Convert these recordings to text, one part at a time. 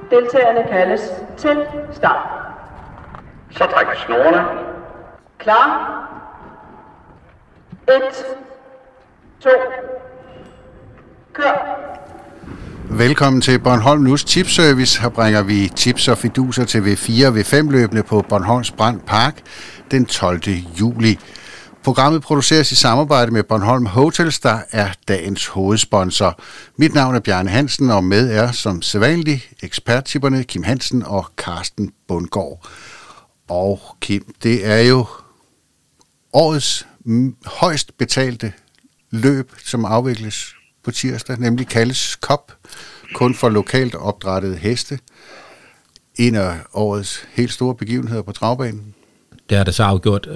Deltagerne kaldes til start. Så træk snorene. Klar. 1, 2, kør. Velkommen til Bornholm Nus Tipservice. Her bringer vi tips og fiduser til V4 og V5-løbende på Bornholms Brand Park den 12. juli. Programmet produceres i samarbejde med Bornholm Hotels, der er dagens hovedsponsor. Mit navn er Bjarne Hansen, og med er som sædvanligt eksperttipperne Kim Hansen og Carsten Bundgaard. Og Kim, det er jo årets højst betalte løb, som afvikles på tirsdag, nemlig Kalles Cup, kun for lokalt opdrættede heste. En af årets helt store begivenheder på travbanen. Det er det så afgjort.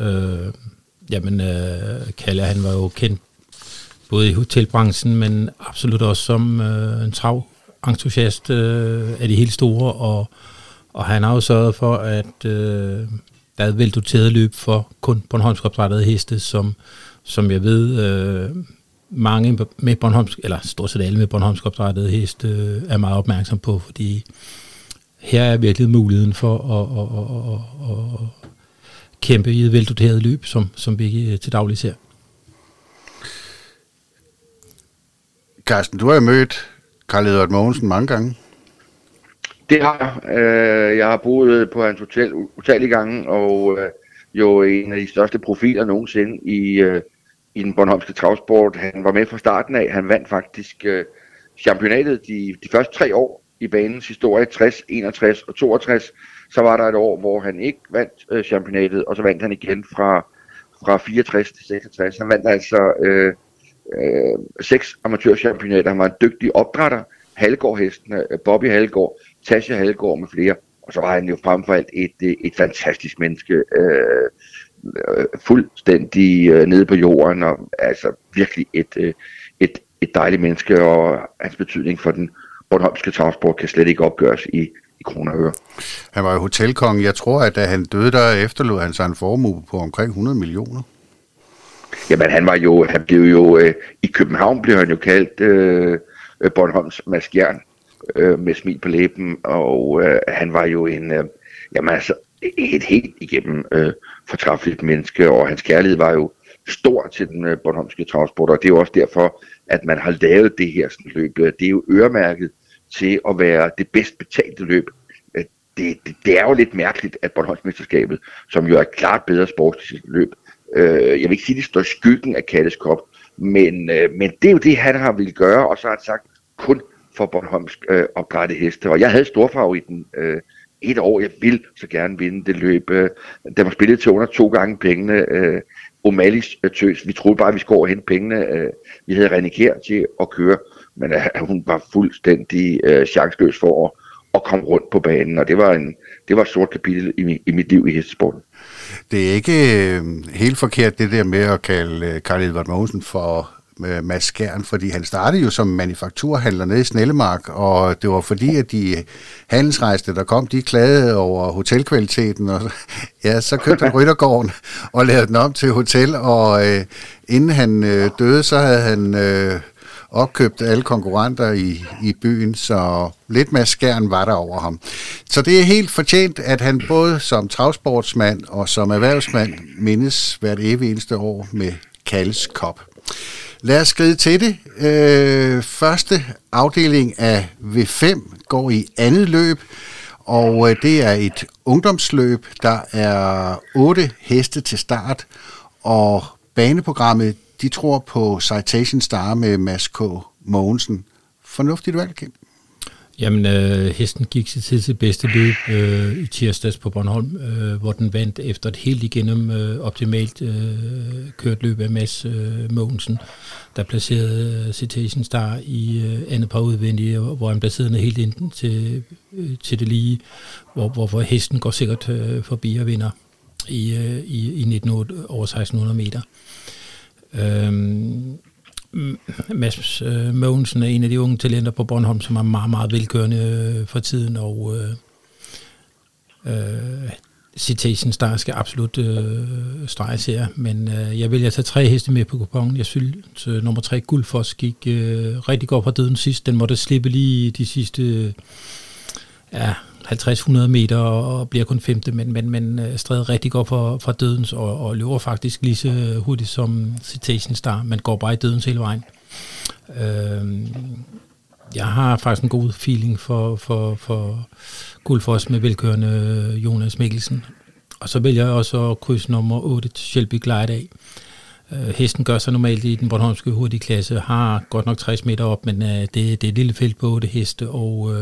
Kalle, han var jo kendt både i hotelbranchen, men absolut også som en traventusiast af de helt store, og han har jo sørget for, at der er et veldoteret løb for kun Bornholmsk opdrættede heste, som jeg ved, mange med Bornholmsk, eller stort set alle med Bornholmsk opdrættede heste, er meget opmærksom på, fordi her er virkelig muligheden for at kæmpe i et veldoteret løb, som vi til daglig ser. Carsten, du har jo mødt Carl Edvard Mogensen mange gange. Det har jeg. Jeg har boet på hans hotel utallige gange, og jo en af de største profiler nogensinde i den bornholmske travsport. Han var med fra starten af. Han vandt faktisk championatet de første 3 år i banens historie, 60, 61 og 62. Så var der et år, hvor han ikke vandt championatet, og så vandt han igen fra 64 til 66. Han vandt altså 6 amatørchampionater. Han var en dygtig opdrætter. Hallegård-hestene, Bobby Hallegård, Tasha Hallegård med flere. Og så var han jo frem for alt et fantastisk menneske. Fuldstændig nede på jorden, og altså virkelig et dejligt menneske, og hans betydning for den bornholmske travsport kan slet ikke opgøres i kroner og øre. Han var jo hotelkonge. Jeg tror, at da han døde, der efterlod han sig en formue på omkring 100 millioner. Jamen, han blev jo i København blev han jo kaldt Bornholms Mads Gjern, med smil på læben, og han var jo et helt igennem fortræffeligt menneske, og hans kærlighed var jo stor til den bornholmske travsport, og det er jo også derfor, at man har lavet det her sådan løb. Det er jo øremærket til at være det bedst betalte løb. Det er jo lidt mærkeligt, at Bornholmsmesterskabet, som jo er et klart bedre sportsligt løb, jeg vil ikke sige, at det står i skyggen af Kalles Cup, men det er jo det, han har ville gøre, og så har han sagt, kun for Bornholmsk opdrættede heste. Og jeg havde storfavoritten et år, jeg ville så gerne vinde det løb. Der var spillet til under 2 gange pengene. O'Malley's tøs. Vi troede bare, at vi skulle over hente pengene. Vi havde René Kjær til at køre, men hun var fuldstændig chanceløs for at komme rundt på banen, og det var et sort kapitel i mit liv i hestesporten. Det er ikke helt forkert, det der med at kalde Carl Edvard Mogensen for Mads Gjern, fordi han startede jo som manufakturhandler nede i Snellemark, og det var fordi, at de handelsrejste, der kom, de klagede over hotelkvaliteten, og ja, så købte han Ryttergården og lavede den om til hotel, og inden han døde, så havde han opkøbt alle konkurrenter i byen, så lidt Mads Gjern var der over ham. Så det er helt fortjent, at han både som travsportsmand og som erhvervsmand mindes hvert evig eneste år med Kalles Cup. Lad os skride til det. Første afdeling af V5 går i andet løb, og det er et ungdomsløb. Der er 8 heste til start, og baneprogrammet, de tror på Citation Star med Mads K. Mogensen. Fornuftigt valg, Kim? Jamen, hesten gik til sit bedste løb i tirsdags på Bornholm, hvor den vandt efter et helt igennem optimalt kørt løb af Mads Mogensen, der placerede Citation Star i andet par udvendige, hvor han placerede helt ind til det lige, hvor hesten går sikkert forbi og vinder i 1908 over 1600 meter. Mads Mogensen er en af de unge talenter på Bornholm, som er meget, meget velkørende for tiden, og Citation Star skal absolut streges her, men jeg vælger at tage 3 heste med på kupongen. Jeg synes, nummer 3 Guldfoss gik rigtig godt fra døden sidst. Den måtte slippe lige de sidste 50-100 meter og bliver kun femte, men stræder rigtig godt for dødens og løber faktisk lige så hurtigt som Citation Star, men går bare i dødens hele vejen. Jeg har faktisk en god feeling for Gullfoss med velkørende Jonas Mikkelsen. Og så vælger jeg også at krydse nummer 8 til Shelby Glide af. Hesten gør sig normalt i den bornholmske hurtige klasse, har godt nok 60 meter op, men det er et lille felt på 8 heste, og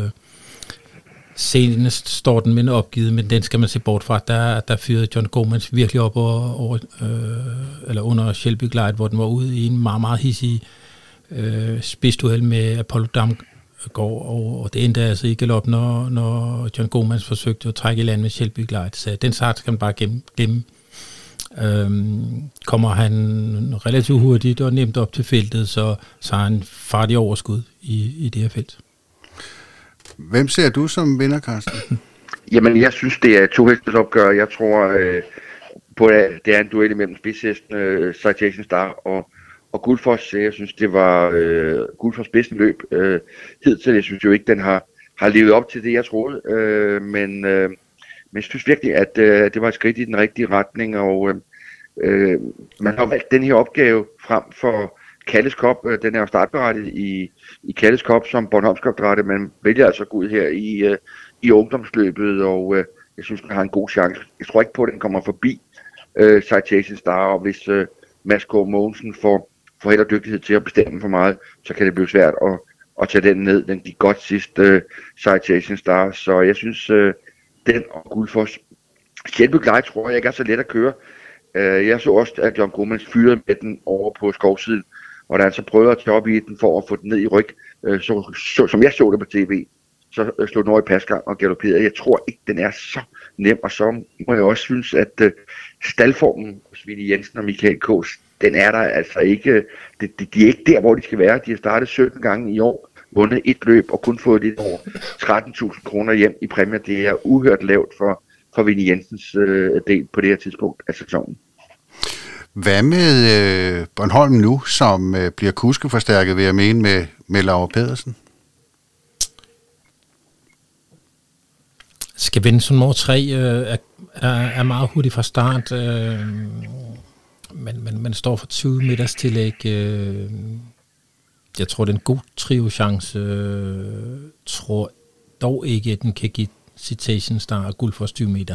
senest står den med opgivet, men den skal man se bort fra. Der fyrede John Gomans virkelig op eller under Shelby Glide, hvor den var ude i en meget, meget hissig spidsduel med Apollo Damgaard, og det endte altså i galop, når John Gomans forsøgte at trække i land med Shelby Glide. Så den start skal man bare glemme. Kommer han relativt hurtigt og nemt op til feltet, så har han farlig overskud i det her felt. Hvem ser du som vinder, Carsten? Jamen, jeg synes, det er to hestes opgør. Jeg tror, det er en duel imellem spidshesten Citation Star og Gullfoss. Jeg synes, det var Gullfoss' bedste løb hidtil. Jeg synes jo ikke, den har levet op til det, jeg troede. Men jeg synes virkelig, at det var et skridt i den rigtige retning, og man har valgt den her opgave frem for Kalles Cup. Den er jo startberettet i Kalles Cup som Bornholmsopdrætte, men vælger altså at gå ud her i ungdomsløbet, og jeg synes, den har en god chance. Jeg tror ikke på, at den kommer forbi Citation Star, og hvis Mads K. Mogensen får held og dygtighed til at bestemme for meget, så kan det blive svært at tage den ned. Den gik godt sidst, Citation Star, så jeg synes, den og Gullfoss. Shelby Glide tror jeg ikke er så let at køre. Jeg så også, at John Gomans fyrede med den over på skovsiden, og da han så prøvede at tage op i den for at få den ned i ryg, som jeg så det på tv, så slog den over i pasgang og galopperede. Jeg tror ikke, den er så nem, og så må jeg også synes, at staldformen hos Vinnie Jensen og Michael Kås, den er der altså ikke. De er ikke der, hvor de skal være. De har startet 17 gange i år, vundet et løb og kun fået lidt over 13.000 kroner hjem i præmier. Det er uhørt lavt for Vinnie Jensens del på det her tidspunkt af sæsonen. Hvad med Bornholm nu, som bliver kuskeforstærket, vil jeg mene, med Laura Pedersen? Skal vinde som nummer 3 er meget hurtigt fra start, men man står for 20 meters tillæg. Jeg tror, det er en god trio-chance. Tror dog ikke, at den kan give Citation Star og Gullfoss 20 meter.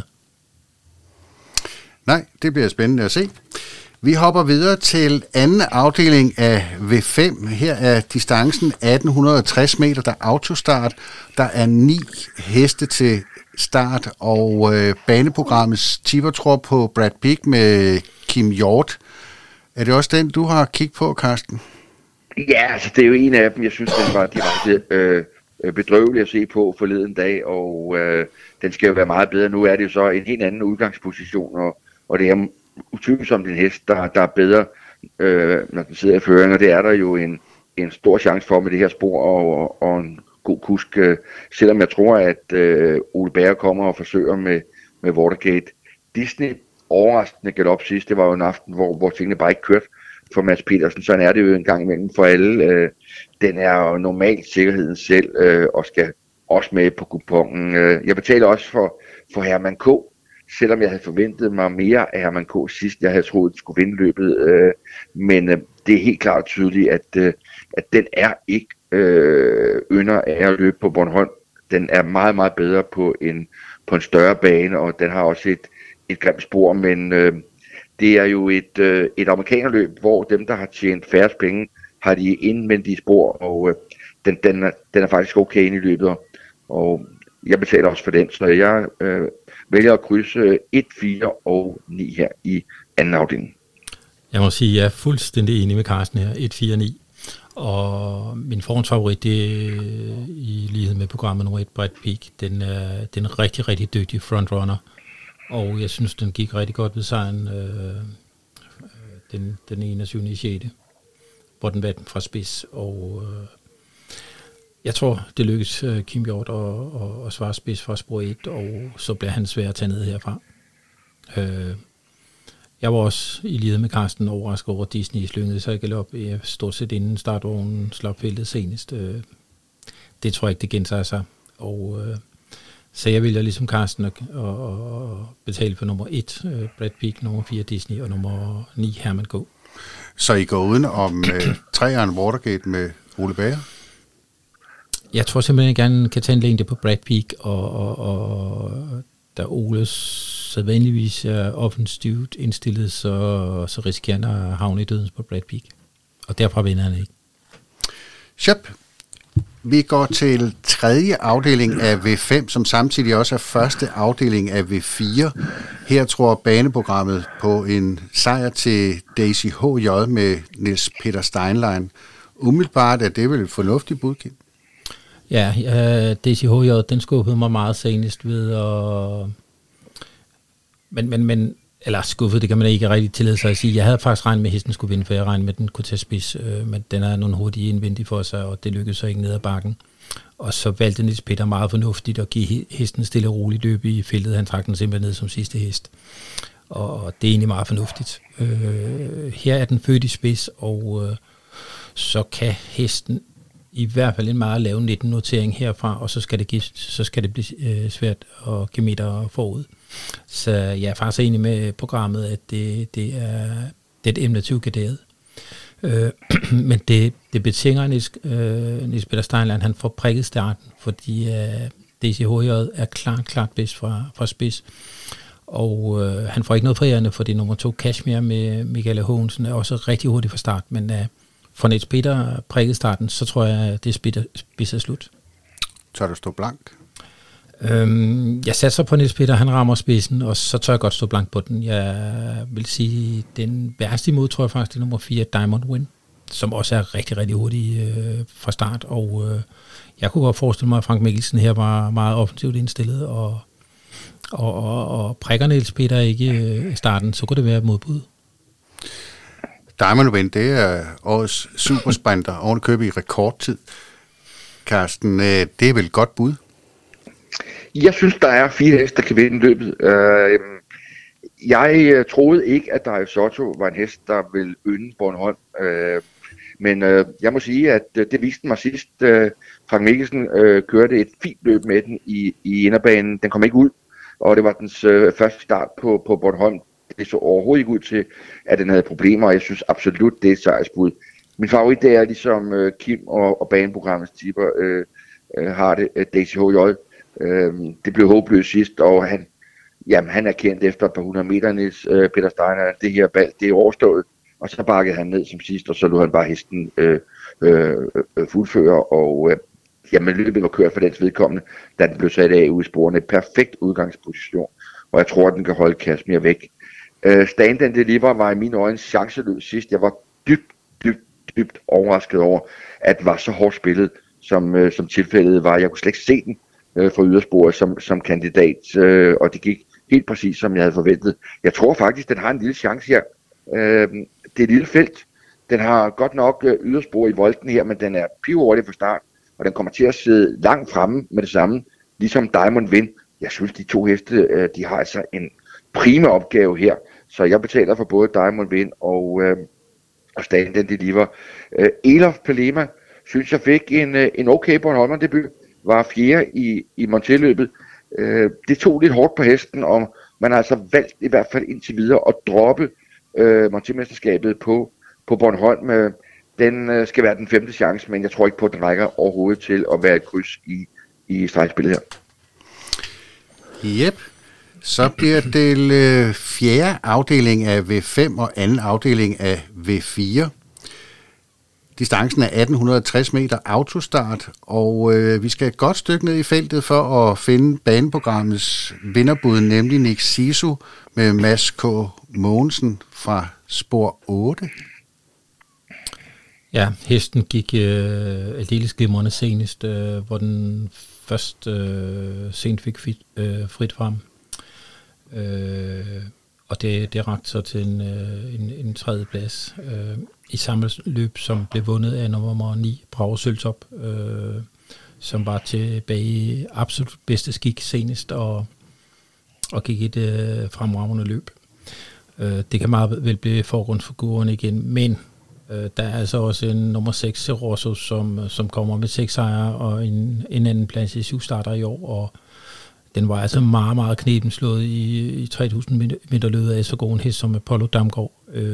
Nej, det bliver spændende at se. Vi hopper videre til anden afdeling af V5. Her er distancen 1860 meter, der er autostart. Der er 9 heste til start, og baneprogrammets tippertror på Brad Pick med Kim Hjort. Er det også den, du har kigget på, Carsten? Ja, altså det er jo en af dem. Jeg synes, den var direkte bedrøvelig at se på forleden dag, og den skal jo være meget bedre. Nu er det jo så en helt anden udgangsposition, og det er utvivlsomt en hest, der er bedre, når den sidder i føring, og det er der jo en stor chance for med det her spor, og en god kusk, selvom jeg tror, at Ole Bære kommer og forsøger med Watergate. Disney overraskende galop sidst, det var jo en aften, hvor tingene bare ikke kørte for Mads Petersen, så er det jo en gang imellem for alle. Den er jo normalt sikkerheden selv, og skal også med på kupongen. Jeg betaler også for Herman K., selvom jeg havde forventet mig mere af Herman K. sidst. Jeg havde troet, at den skulle vinde løbet, men det er helt klart tydeligt, at den er ikke ynder af at løbe på Bornholm. Den er meget, meget bedre på en større bane, og den har også et grimt spor, men det er jo et amerikanerløb, hvor dem, der har tjent færrest penge, har de indvendige spor, og den er faktisk okay ind i løbet, og jeg betaler også for den, så jeg vælger at krydse 1, 4 og 9 her i anden afdeling. Jeg må sige, at jeg er fuldstændig enig med Carsten her, 1, 4, 9. Og min forhåndsfavorit, det er i lighed med programmet nummer 1, Brad Pick. Den er en rigtig, rigtig dygtig frontrunner. Og jeg synes, den gik rigtig godt ved sejren den 21. i 6. Hvor den vandt fra spids. Og jeg tror, det lykkes Kim Hjort at svare spids fra spor 1, og så bliver han svær at tage ned herfra. Jeg var også i lighed med Carsten overrasket over, at Disney slyngede sig i galop stort set inden startvognen slap feltet senest. Det tror jeg ikke, det gentager sig. Og Så jeg vælger ligesom Carsten at betale for nummer 1, Brad Peak, nummer 4, Disney, og nummer 9, Herman Go. Så I går uden om 3'eren Watergate med Ole Bager? Jeg tror simpelthen, jeg gerne kan tage en længde på Brad Peak, og da Ole sædvanligvis er offensivt indstillet, så risikerer han at havne i dødens på Brad Peak. Og derfra vinder han ikke. Shep. Vi går til tredje afdeling af V5, som samtidig også er første afdeling af V4. Her tror baneprogrammet på en sejr til Daisy HJ med Niels Peter Steinlein. Umiddelbart er det vel et fornuftigt bud, Kim? Ja, Daisy HJ, den skuffede mig meget senest ved at... Men eller skuffet, det kan man ikke rigtig tillade sig at sige. Jeg havde faktisk regnet med, at hesten skulle vinde, for jeg regnede med, at den kunne tage spids, men den er nogle hurtige indvendige for sig, og det lykkedes så ikke ned ad bakken. Og så valgte Niels Peter meget fornuftigt at give hesten stille og roligt løb i feltet. Han trak den simpelthen ned som sidste hest. Og det er egentlig meget fornuftigt. Her er den født i spids, og så kan hesten i hvert fald en meget lav 19-notering herfra, og så skal det blive svært at give meter forud. Så jeg er faktisk enig med programmet, at det er et emne garderet. Men det betinger Niels Peter Steinlein, han får prikket starten, fordi DCHJ er klart bedst fra spids. Og han får ikke noget frierne, fordi nummer 2, Kashmir med Michael Hågensen, er også rigtig hurtigt fra start. Men for Niels Peter prikket starten, så tror jeg, at det spids er slut. Tør du stå blank? Jeg satser på Niels Peter, han rammer spidsen, og så tør jeg godt stå blank på den. Jeg vil sige, den værste imod, tror jeg faktisk, det er nummer 4, Diamond Win, som også er rigtig, rigtig hurtig fra start, og jeg kunne godt forestille mig, at Frank Mikkelsen her var meget offensivt indstillet, og prikker Niels Peter ikke i starten, så kunne det være et modbud. Diamond Win, det er årets supersprinter, ovenikøbet i rekordtid. Carsten, det er vel et godt bud? Jeg synes, der er 4 heste, der kan vinde løbet. Jeg troede ikke, at Dario Sotto var en hest, der ville ynde Bornholm. Men jeg må sige, at det viste mig sidst. Frank Mikkelsen kørte et fint løb med den i inderbanen. Den kom ikke ud, og det var dens første start på Bornholm. Det så overhovedet ikke ud til, at den havde problemer, og jeg synes absolut, det er et sejrsbud. Min favorit, det er ligesom Kim og baneprogrammets tipper har det, DCHJ. Det blev håbløst sidst, og han er kendt efter et par 100 meter, Niels Peter Steiner, det her bal, det er overstået, og så bakkede han ned som sidst, og så lod han bare hesten fuldføre, og løbet var kørt for dens vedkommende, da den blev sat af ude i sporene. Perfekt udgangsposition, og jeg tror, at den kan holde Kashmir væk. Stand and Deliver var i mine øjne chanceløs sidst. Jeg var dybt overrasket over, at det var så hårdt spillet, som tilfældet var. Jeg kunne slet ikke se den fra ydersporet som kandidat, og det gik helt præcis, som jeg havde forventet. Jeg tror faktisk, den har en lille chance her. Det er et lille felt. Den har godt nok yderspor i volden her, men den er pivhurtig fra start, og den kommer til at sidde langt fremme med det samme, ligesom Diamond Win. Jeg synes, de 2 heste, de har altså en prima opgave her, så jeg betaler for både Diamond Win og Stand and Deliver. Elof Palema, synes jeg fik en okay Bornholmer debut, var 4. i Monté-løbet. Det tog lidt hårdt på hesten, og man har altså valgt i hvert fald indtil videre at droppe Monté-mesterskabet på Bornholm. Den skal være den 5. chance, men jeg tror ikke på, at den rækker overhovedet til at være et kryds i stregspillet her. Yep. Så bliver det 4. afdeling af V5 og 2. afdeling af V4. Distancen er 1860 meter autostart, og vi skal et godt stykke ned i feltet for at finde baneprogrammets vinderbud, nemlig Nick Sisu med Mads K. Mogensen fra spor 8. Ja, hesten gik aldeles glimrende senest, hvor den først sent fik frit frem. Og det rakte så til en 3. plads i samme løb, som blev vundet af nummer 9, Bravo Søltop, som var tilbage i absolut bedste skik senest og gik et fremragende løb. Det kan meget vel blive forgrundsfiguren igen, men der er altså også en nummer 6, Ceroso, som kommer med 6 sejre og en anden plads i 7 starter i år, og den var altså meget, meget knepen slået i 3000 meter løbet af så god en hest som Apollo Damgaard.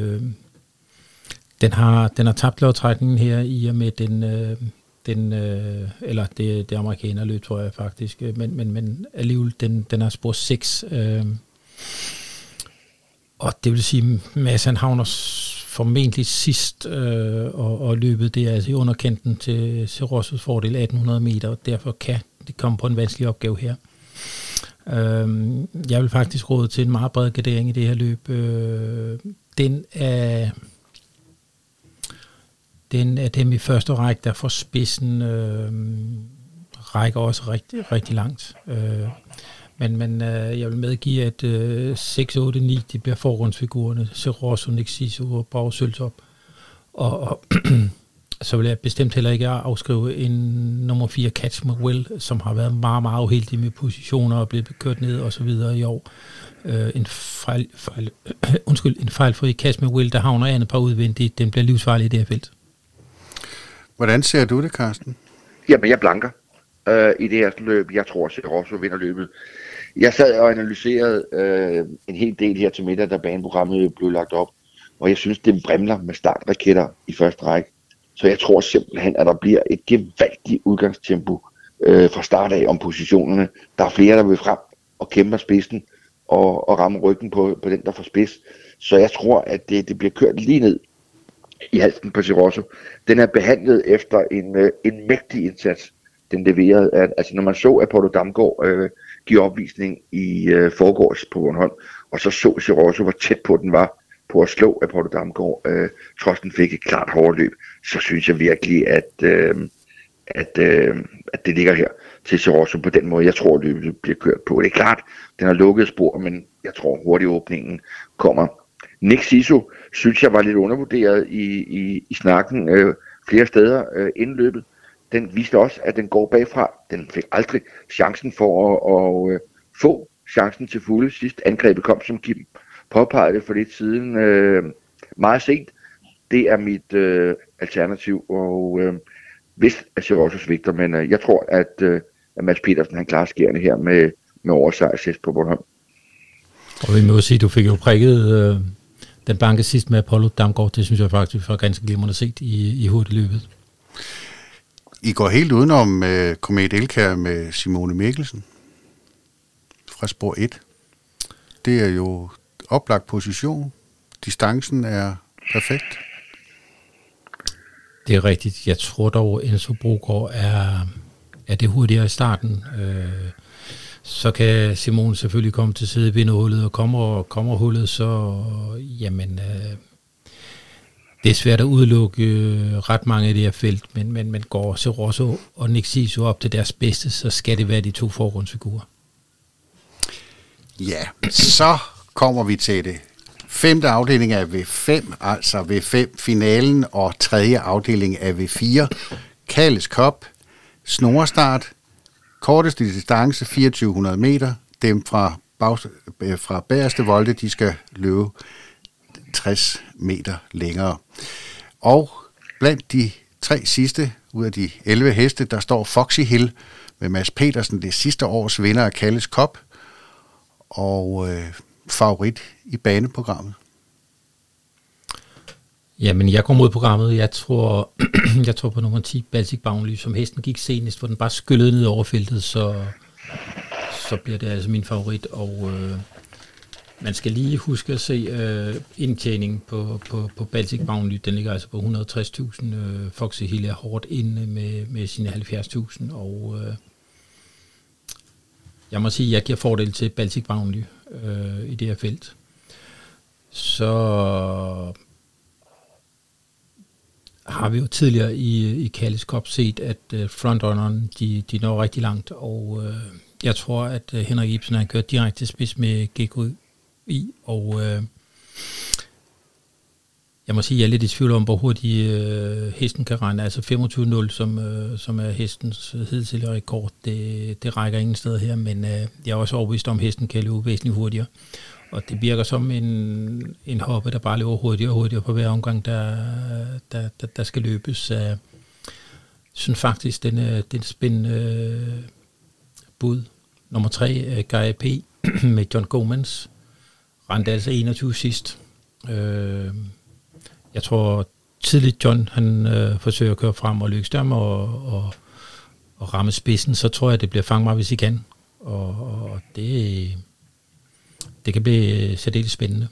Den har tabt lodtrækningen her i og med det amerikanerløb, tror jeg faktisk, men alligevel den har spor 6. Og det vil sige, Mads han havner formentlig sidst, og løbet det er altså i underkanten til Rossos fordel 1800 meter, og derfor kan det komme på en vanskelig opgave her. Jeg vil faktisk råde til en meget bred gardering i det her løb. Den er dem i første række, der får spidsen rækker også rigtig, rigtig langt. Men jeg vil medgive, at 6, 8, 9, de bliver forrundsfigurerne. Serosso, Nexiso og Bravo Søltop. Og så vil jeg bestemt heller ikke afskrive en nummer 4 Catch McWell, som har været meget, meget uheldig med positioner og blevet kørt ned og så videre i år. En fejlfri Catch McWell, der havner andet par udvendigt, den bliver livsfarlig i det her felt. Hvordan ser du det, Carsten? Jamen, jeg blanker i det her løb. Jeg tror, at Serosso vinder løbet. Jeg sad og analyserede en hel del her til middag, da baneprogrammet blev lagt op, og jeg synes, det brimler med startraketter i første række. Så jeg tror simpelthen, at der bliver et gevaldigt udgangstempo fra start af om positionerne. Der er flere, der vil frem og kæmper spidsen og ramme ryggen på den, der får spids. Så jeg tror, at det bliver kørt lige ned i halsen på Serosso. Den er behandlet efter en mægtig indsats, den leverede. Altså når man så Apollo Damgaard give opvisning i forgårs på Bornholm, og så Serosso, hvor tæt på den var på at slå Apollo Damgaard, trods den fik et klart hårdt løb, så synes jeg virkelig, at det ligger her til Serosso på den måde. Jeg tror, at løbet bliver kørt på. Det er klart, den har lukket spor, men jeg tror hurtigt åbningen kommer. Nexiso synes jeg var lidt undervurderet i snakken flere steder inden løbet. Den viste også, at den går bagfra. Den fik aldrig chancen for at få chancen til fulde. Sidst angrebet kom, som Kim påpegede det for lidt siden, meget sent. Det er mit alternativ, og hvis Serosso svigter, men jeg tror, at Mads Petersen han klarer skærende her med oversejrshest på Bornholm. Og vi må sige, du fik jo prikket den banke sidst med Apollo Damgaard. Det synes jeg faktisk var ganske glimrende set i hurtigløbet. I går helt udenom Komet Elkær med Simone Mikkelsen fra spor 1. Det er jo oplagt position. Distancen er perfekt. Det er rigtigt. Jeg tror dog, Enzo Brogaard er det hurtigere i starten. Så kan Simone selvfølgelig komme til side i vinderhullet, og kommer hullet, så jamen, det er svært at udelukke ret mange af det her felt, men går Serosso og Nexiso op til deres bedste, så skal det være de 2 forgrundsfigurer. Ja, så kommer vi til det. 5. afdeling af V5, altså V5 finalen, og 3. afdeling af V4. Calles Cup, snorestart, korteste distance 2400 meter. Dem fra bagerste volte, de skal løbe 60 meter længere. Og blandt de 3 sidste ud af de 11 heste, der står Foxy Hill med Mads Petersen, det sidste års vinder af Calles Cup, og favorit i baneprogrammet. Jamen, jeg kommer ud af programmet. Jeg tror på nummer 10, Baltic Bounty, som hesten gik senest, hvor den bare skyllede ned over feltet, så bliver det altså min favorit. Og man skal lige huske at se indtjeningen på Baltic Bounty. Den ligger altså på 160.000. Foxy Hill er hårdt inde med sine 70.000, og jeg må sige, at jeg giver fordel til Baltic Bounty i det her felt. Så har vi jo tidligere i Calles Cup set, at frontrunneren, de når rigtig langt, og jeg tror, at Henrik Ibsen har kørt direkte til spids med GKI, og jeg må sige, at jeg er lidt i tvivl om, hvor hurtigt hesten kan regne. Altså 25-0, som er hestens hidtidige rekord, det rækker ingen steder her, men jeg er også overbevist om, at hesten kan løbe væsentligt hurtigere. Og det virker som en hoppe, der bare løber hurtigere og hurtigere på hver omgang, der skal løbes. Jeg synes faktisk, den spændende bud nummer 3, Guy P. med John Gomans. Rendte altså 21 sidst. Jeg tror tidligt John, han forsøger at køre frem og lykkes der med og ramme spidsen, så tror jeg, det bliver fanget mig, hvis I kan. Og det kan blive særdeles spændende.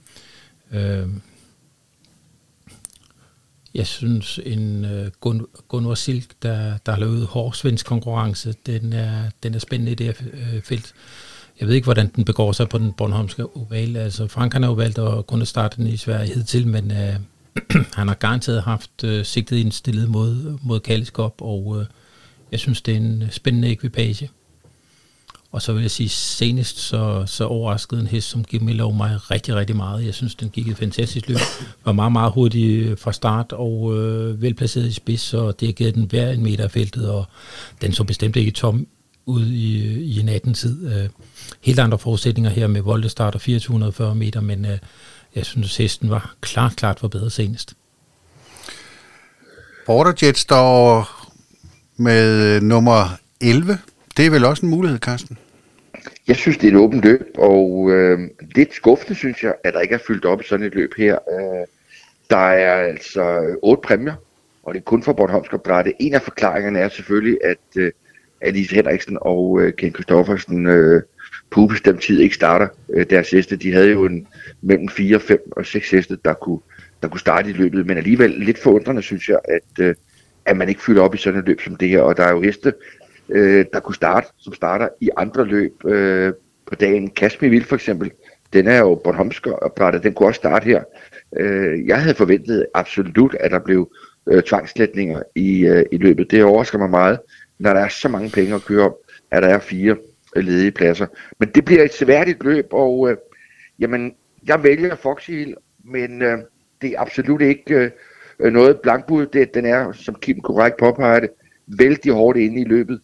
Jeg synes, en Gunvor Silk, der har lavet hård svensk konkurrence, den er spændende i det her felt. Jeg ved ikke, hvordan den begår sig på den bornholmske oval. Altså, Frank har jo valgt at kunne starte den i Sverige hidtil, men han har garanteret haft sigtet indstillet mod Kaleskop, og jeg synes, det er en spændende ekvipage. Og så vil jeg sige, senest så overraskede en hest som Give Me Love mig rigtig, rigtig meget. Jeg synes, den gik et fantastisk løb. Var meget, meget hurtig fra start og velplaceret i spids, så det har givet den hver en meter af feltet, og den så bestemt ikke tom ud i nattens tid. Helt andre forudsætninger her med voldestart og 2440 meter, men jeg synes, hesten var klart forbedret senest. Borderjet står med nummer 11. Det er vel også en mulighed, Carsten? Jeg synes, det er et åbent løb, og lidt skuffende, synes jeg, at der ikke er fyldt op i sådan et løb her. Der er altså 8 præmier, og det er kun for Bornholmsk Opdræt. En af forklaringerne er selvfølgelig, at Alice Henriksen og Ken Kristoffersen på ubestemt tid ikke starter deres heste. De havde jo mellem 4, 5 og 6 heste, der kunne starte i løbet, men alligevel lidt forundrende, synes jeg, at man ikke fylder op i sådan et løb som det her. Og der er jo heste, der kunne starte, som starter i andre løb på dagen. Kashmir for eksempel, den er jo Bornholmsk Opdræt, den kunne også starte her. Jeg havde forventet absolut, at der blev tvangsslætninger i løbet. Det overrasker mig meget, når der er så mange penge at køre om, at der er 4 ledige pladser. Men det bliver et seværdigt løb, og jamen, jeg vælger Foxy Hill, men det er absolut ikke noget blankbud. Den er, som Kim korrekt påpeger det, vældig hårdt inde i løbet.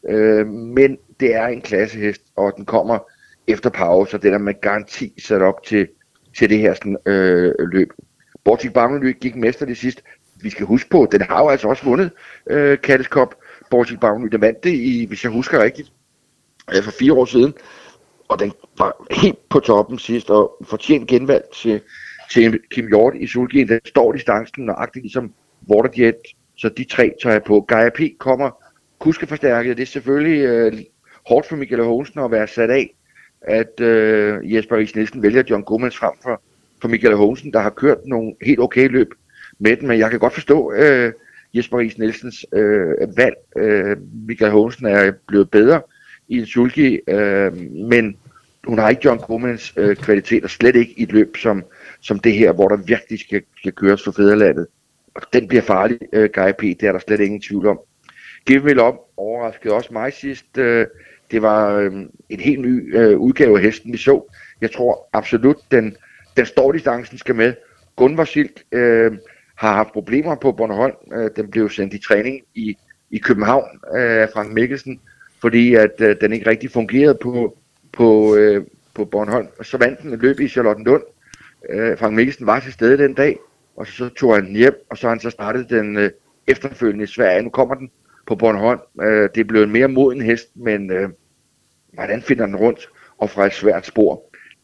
Men det er en klassehest, og den kommer efter pause, så den er med garanti sat op til det her sådan, løb. Baltic Bounty gik mester det sidste. Vi skal huske på, den har jo altså også vundet Kaleskop. Baltic Bounty, den vandt det i, hvis jeg husker rigtigt, for 4 år siden. Og den var helt på toppen sidst, og fortjent genvalg til Kim Hjort i Sulgien. Den står distancen nøjagtigt ligesom Waterjet, så de 3 tager jeg på. Gaia P kommer kuskeforstærket. Det er selvfølgelig hårdt for Michael Hogensen at være sat af, at Jesper Riis Nielsen vælger John Gomans frem for Michael Hogensen, der har kørt nogle helt okay løb med den, men jeg kan godt forstå Jesper Riis Nielsens valg. Michael Hogensen er blevet bedre i en sulky, men hun har ikke John Gomans kvaliteter, slet ikke i et løb som det her, hvor der virkelig skal køres for fædrelandet. Og den bliver farlig, Gaia P, det er der slet ingen tvivl om. Give Me Love overraskede også mig sidst. Det var en helt ny udgave af hesten, vi så. Jeg tror absolut, den står distancen skal med. Gunvor Silk har haft problemer på Bornholm. Den blev sendt i træning i København af Frank Mikkelsen, fordi at den ikke rigtig fungerede på Bornholm. Så vandt den et løb i Charlottenlund. Frank Mikkelsen var til stede den dag, og så tog han den hjem, og så har han så startet den efterfølgende i Sverige. Nu kommer den på Bornholm. Det er blevet en mere moden hest, men hvordan finder den rundt og fra et svært spor?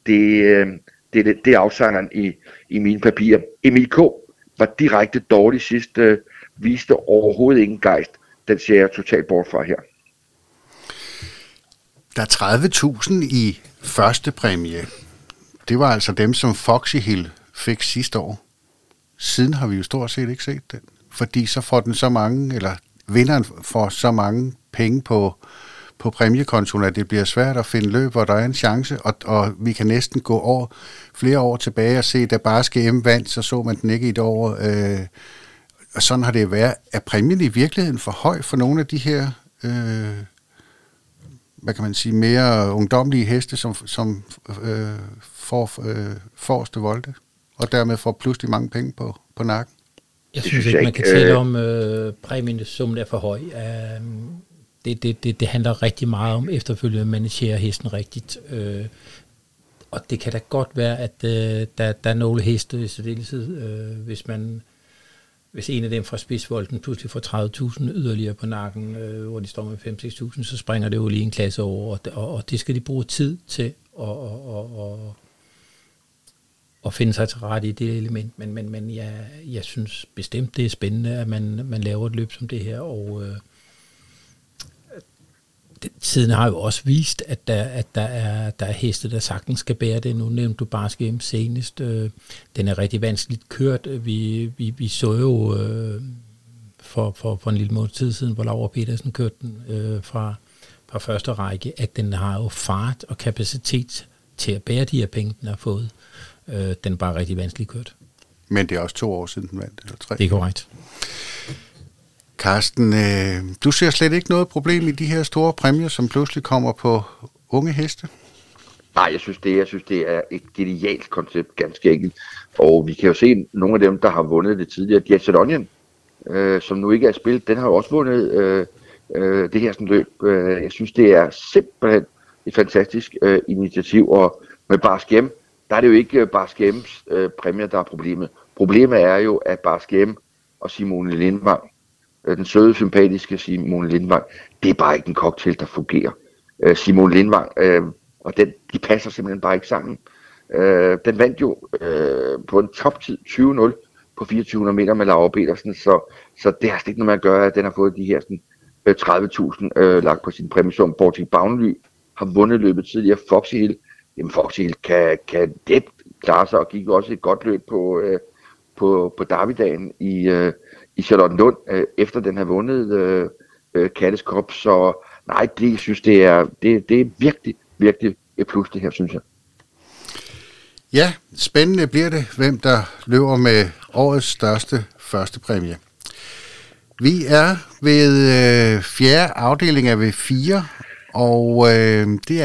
Det er afsangeren i mine papirer. Emil K. var direkte dårlig sidst, viste overhovedet ingen gejst. Den ser jeg totalt bort fra her. Der er 30.000 i første præmie. Det var altså dem, som Foxy Hill fik sidste år. Siden har vi jo stort set ikke set den. Fordi så får den så mange, eller vinderen får så mange penge på præmiekontoen, at det bliver svært at finde løb, hvor der er en chance, og vi kan næsten gå flere år tilbage og se, da Barske M vandt, så man den ikke i et år. Og sådan har det været. Er præmien i virkeligheden for høj for nogle af de her, hvad kan man sige, mere ungdomlige heste, som får forreste volde, og dermed får pludselig mange penge på nakken? Jeg synes ikke, man kan tale om præmien, summen er for høj. Det handler rigtig meget om efterfølgende at managere hesten rigtigt. Og det kan da godt være, at der er nogle heste i særdeleshed, hvis man hvis en af dem fra spidsvolden pludselig får 30.000 yderligere på nakken, hvor de står med 5-6.000, så springer det jo lige en klasse over, og det skal de bruge tid til at finde sig til rette i det element. Men jeg synes bestemt, det er spændende, at man laver et løb som det her, og tiden har jo også vist, at der er heste, der sagtens skal bære det. Nu nævnte du Barskhem senest. Den er rigtig vanskeligt kørt. Vi så jo for en lille måned tid siden, hvor Laura Petersen kørte den fra første række, at den har jo fart og kapacitet til at bære de her penge, den har fået. Den er bare rigtig vanskeligt kørt. Men det er også 2 år siden, den vandt, eller 3. Det er korrekt. Carsten, du ser slet ikke noget problem i de her store præmier, som pludselig kommer på unge heste? Nej, jeg synes, det er et genialt koncept, ganske enkelt. Og vi kan jo se, nogle af dem, der har vundet det tidligere, Jet Onion, som nu ikke er spillet, den har jo også vundet det her sådan løb. Jeg synes, det er simpelthen et fantastisk initiativ, og med Barskhem, der er det jo ikke Barschems præmier, der er problemet. Problemet er jo, at Barskhem og Simone Lindvang, den søde, sympatiske Simone Lindvang, det er bare ikke en cocktail, der fungerer. Simone Lindvang, og de passer simpelthen bare ikke sammen. Den vandt jo på en toptid 20-0 på 2400 meter med Laura Petersen, så det har slet ikke noget med at gøre, at den har fået de her sådan, 30.000 lagt på sin præmiesum. Baltic Boundary har vundet løbet tidligere. Foxy Hill, jamen Foxy Hill kan det klare sig, og gik også et godt løb på Derby-dagen i Charlottenlund, efter den har vundet Kattes Cup. Så nej, det synes det er virkelig, virkelig et plus, det her, synes jeg. Ja, spændende bliver det, hvem der løber med årets største første præmie. Vi er ved 4. afdeling af V4, og det er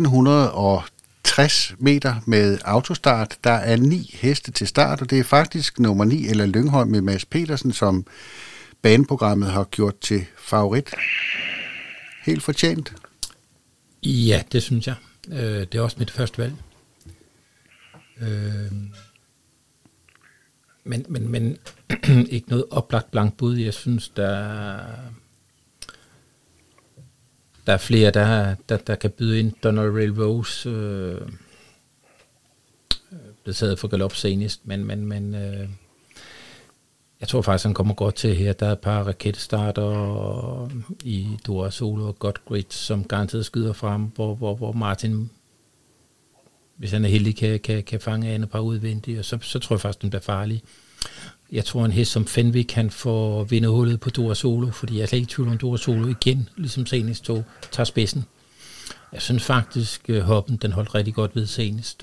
1860 meter med autostart. Der er 9 heste til start, og det er faktisk nummer 9, eller Lyngholm med Mads Petersen, som baneprogrammet har gjort til favorit. Helt fortjent. Ja, det synes jeg. Det er også mit første valg. Men ikke noget oplagt blankt bud. Jeg synes, der er flere, der kan byde ind. Donald Ray Rose blev taget for galop senest, men jeg tror faktisk, han kommer godt til her. Der er et par raketstarter i Dora Solo og Godgrid, som garanteret skyder frem, hvor Martin, hvis han er heldig, kan fange an et par udvendige, og så tror jeg faktisk, den bliver farlig. Jeg tror, en hest som Fenwick kan få vinderhullet på Dora Solo, fordi jeg er slet ikke i tvivl om Dora Solo igen, ligesom senest tager spidsen. Jeg synes faktisk, hoppen, den holdt rigtig godt ved senest.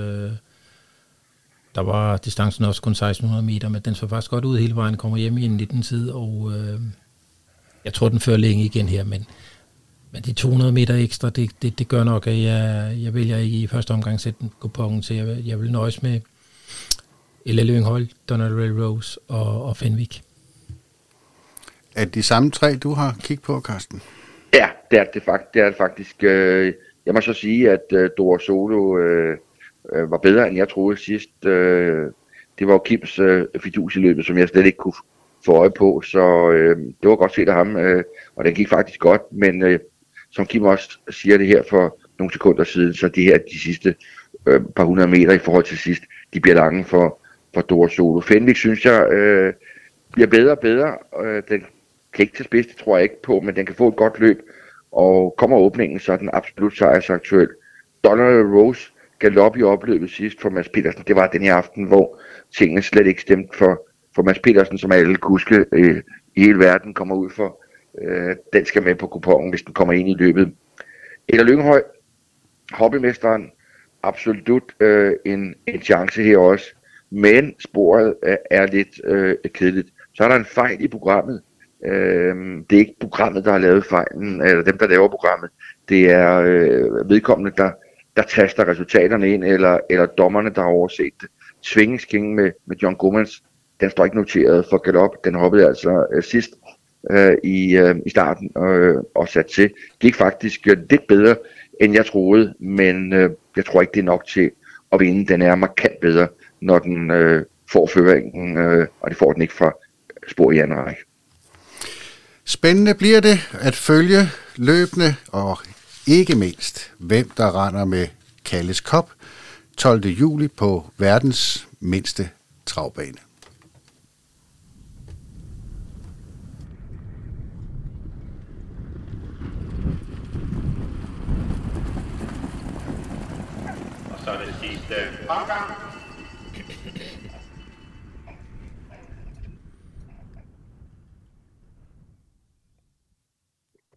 Der var distancen også kun 1600 meter, men den så faktisk godt ud hele vejen, kommer hjem i en 19 tid, og jeg tror, den fører længe igen her, men de 200 meter ekstra, det gør nok, at jeg vælger ikke i første omgang sætte den kupongen til. Jeg vil nøjes med Ella Lynghold, Donald Ray Rose og Fenwick. Er det de samme 3, du har kigget på, Carsten? Ja, det er det faktisk. Jeg må så sige, at Dora Solo var bedre, end jeg troede sidst. Det var jo Kims fidus i løbet, som jeg slet ikke kunne få øje på, så det var godt set af ham, og den gik faktisk godt, men som Kim også siger det her for nogle sekunder siden, så de sidste par 100 meter i forhold til sidst, de bliver lange for Dora Solo. Fenwick synes jeg bliver bedre og bedre. Den kan ikke til spids, det tror jeg ikke på, men den kan få et godt løb, og kommer åbningen, så er den absolut sejrsaktuel. Donald Rose galop i opløbet sidst for Mads Petersen. Det var den her aften, hvor tingene slet ikke stemte for Mads Petersen, som alle kuske i hele verden kommer ud for. Den skal med på kupongen, hvis den kommer ind i løbet. Ella Lynghøj, hobbymesteren, absolut en chance her også. Men sporet er lidt kedeligt. Så er der en fejl i programmet. Det er ikke programmet, der har lavet fejlen, eller dem, der laver programmet. Det er vedkommende, der taster resultaterne ind, eller dommerne, der har overset det. Svingingskingen med John Gomans, den står ikke noteret for galop. Den hoppede altså sidst i starten og sat til. Gik faktisk lidt bedre, end jeg troede, men jeg tror ikke, det er nok til at vinde. Den er markant bedre, når den får føringen, og det får den ikke fra spor i anden række. Spændende bliver det at følge løbende, og ikke mindst, hvem der render med Kalles Cup 12. juli på verdens mindste travbane. Og så er det sidste omgang.